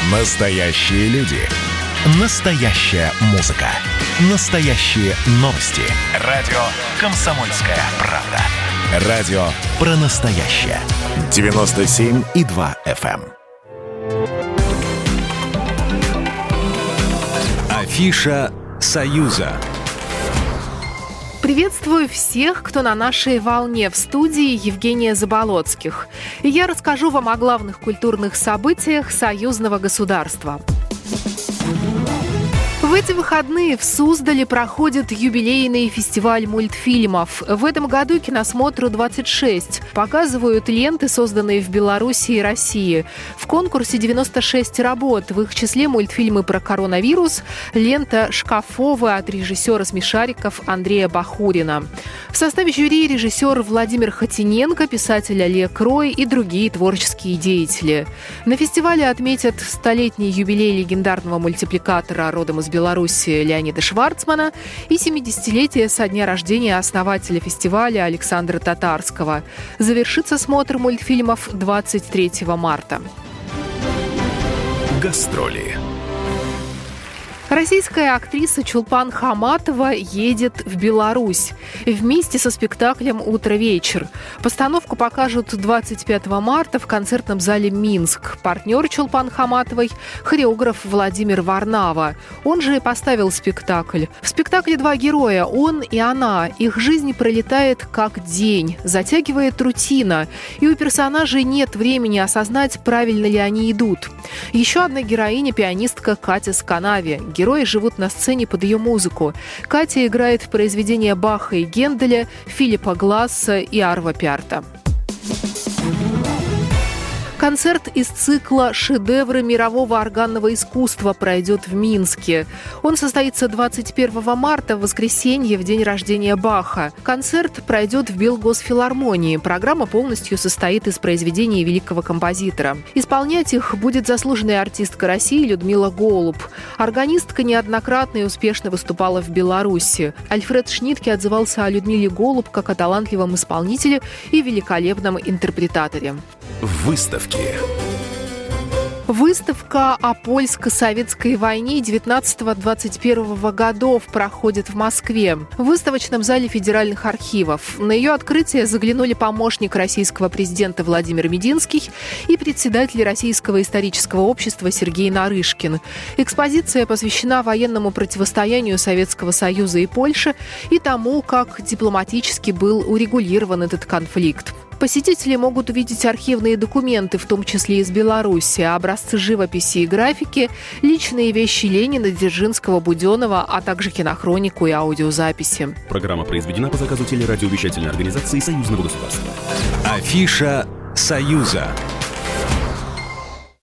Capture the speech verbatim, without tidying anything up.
Настоящие люди. Настоящая музыка. Настоящие новости. Радио «Комсомольская правда». Радио про настоящее. девяносто семь и два эф эм. Афиша «Союза». Приветствую всех, кто на нашей волне. В студии Евгения Заболоцких. И я расскажу вам о главных культурных событиях союзного государства. В эти выходные в Суздале проходит юбилейный фестиваль мультфильмов. В этом году киносмотру двадцать шесть. Показывают ленты, созданные в Беларуси и России. В конкурсе девяносто шесть работ. В их числе мультфильмы про коронавирус, лента «Шкафовы» от режиссера «Смешариков» Андрея Бахурина. В составе жюри режиссер Владимир Хотиненко, писатель Олег Рой и другие творческие деятели. На фестивале отметят столетний юбилей легендарного мультипликатора родом из Беларуси Беларуси Леонида Шварцмана и семидесятилетие со дня рождения основателя фестиваля Александра Татарского. Завершится смотр мультфильмов двадцать третьего марта. Гастроли. Российская актриса Чулпан Хаматова едет в Беларусь вместе со спектаклем «Утро-вечер». Постановку покажут двадцать пятого марта в концертном зале «Минск». Партнер Чулпан Хаматовой – хореограф Владимир Варнава. Он же и поставил спектакль. В спектакле два героя – он и она. Их жизнь пролетает как день, затягивает рутина. И у персонажей нет времени осознать, правильно ли они идут. Еще одна героиня – пианистка Катя Сканави. Герои живут на сцене под ее музыку. Катя играет в произведения Баха и Генделя, Филиппа Гласса и Арво Пярта. Концерт из цикла «Шедевры мирового органного искусства» пройдет в Минске. Он состоится двадцать первого марта, в воскресенье, в день рождения Баха. Концерт пройдет в Белгосфилармонии. Программа полностью состоит из произведений великого композитора. Исполнять их будет заслуженная артистка России Людмила Голуб. Органистка неоднократно и успешно выступала в Беларуси. Альфред Шнитке отзывался о Людмиле Голуб как о талантливом исполнителе и великолепном интерпретаторе. Выставки. Выставка о польско-советской войне девятнадцатого-двадцать первого годов проходит в Москве в выставочном зале федеральных архивов. На ее открытие заглянули помощник российского президента Владимир Мединский и председатель Российского исторического общества Сергей Нарышкин. Экспозиция посвящена военному противостоянию Советского Союза и Польши и тому, как дипломатически был урегулирован этот конфликт. Посетители могут увидеть архивные документы, в том числе из Беларуси, образцы живописи и графики, личные вещи Ленина, Дзержинского, Буденова, а также кинохронику и аудиозаписи. Программа произведена по заказу телерадиовещательной организации Союзного государства. Афиша «Союза».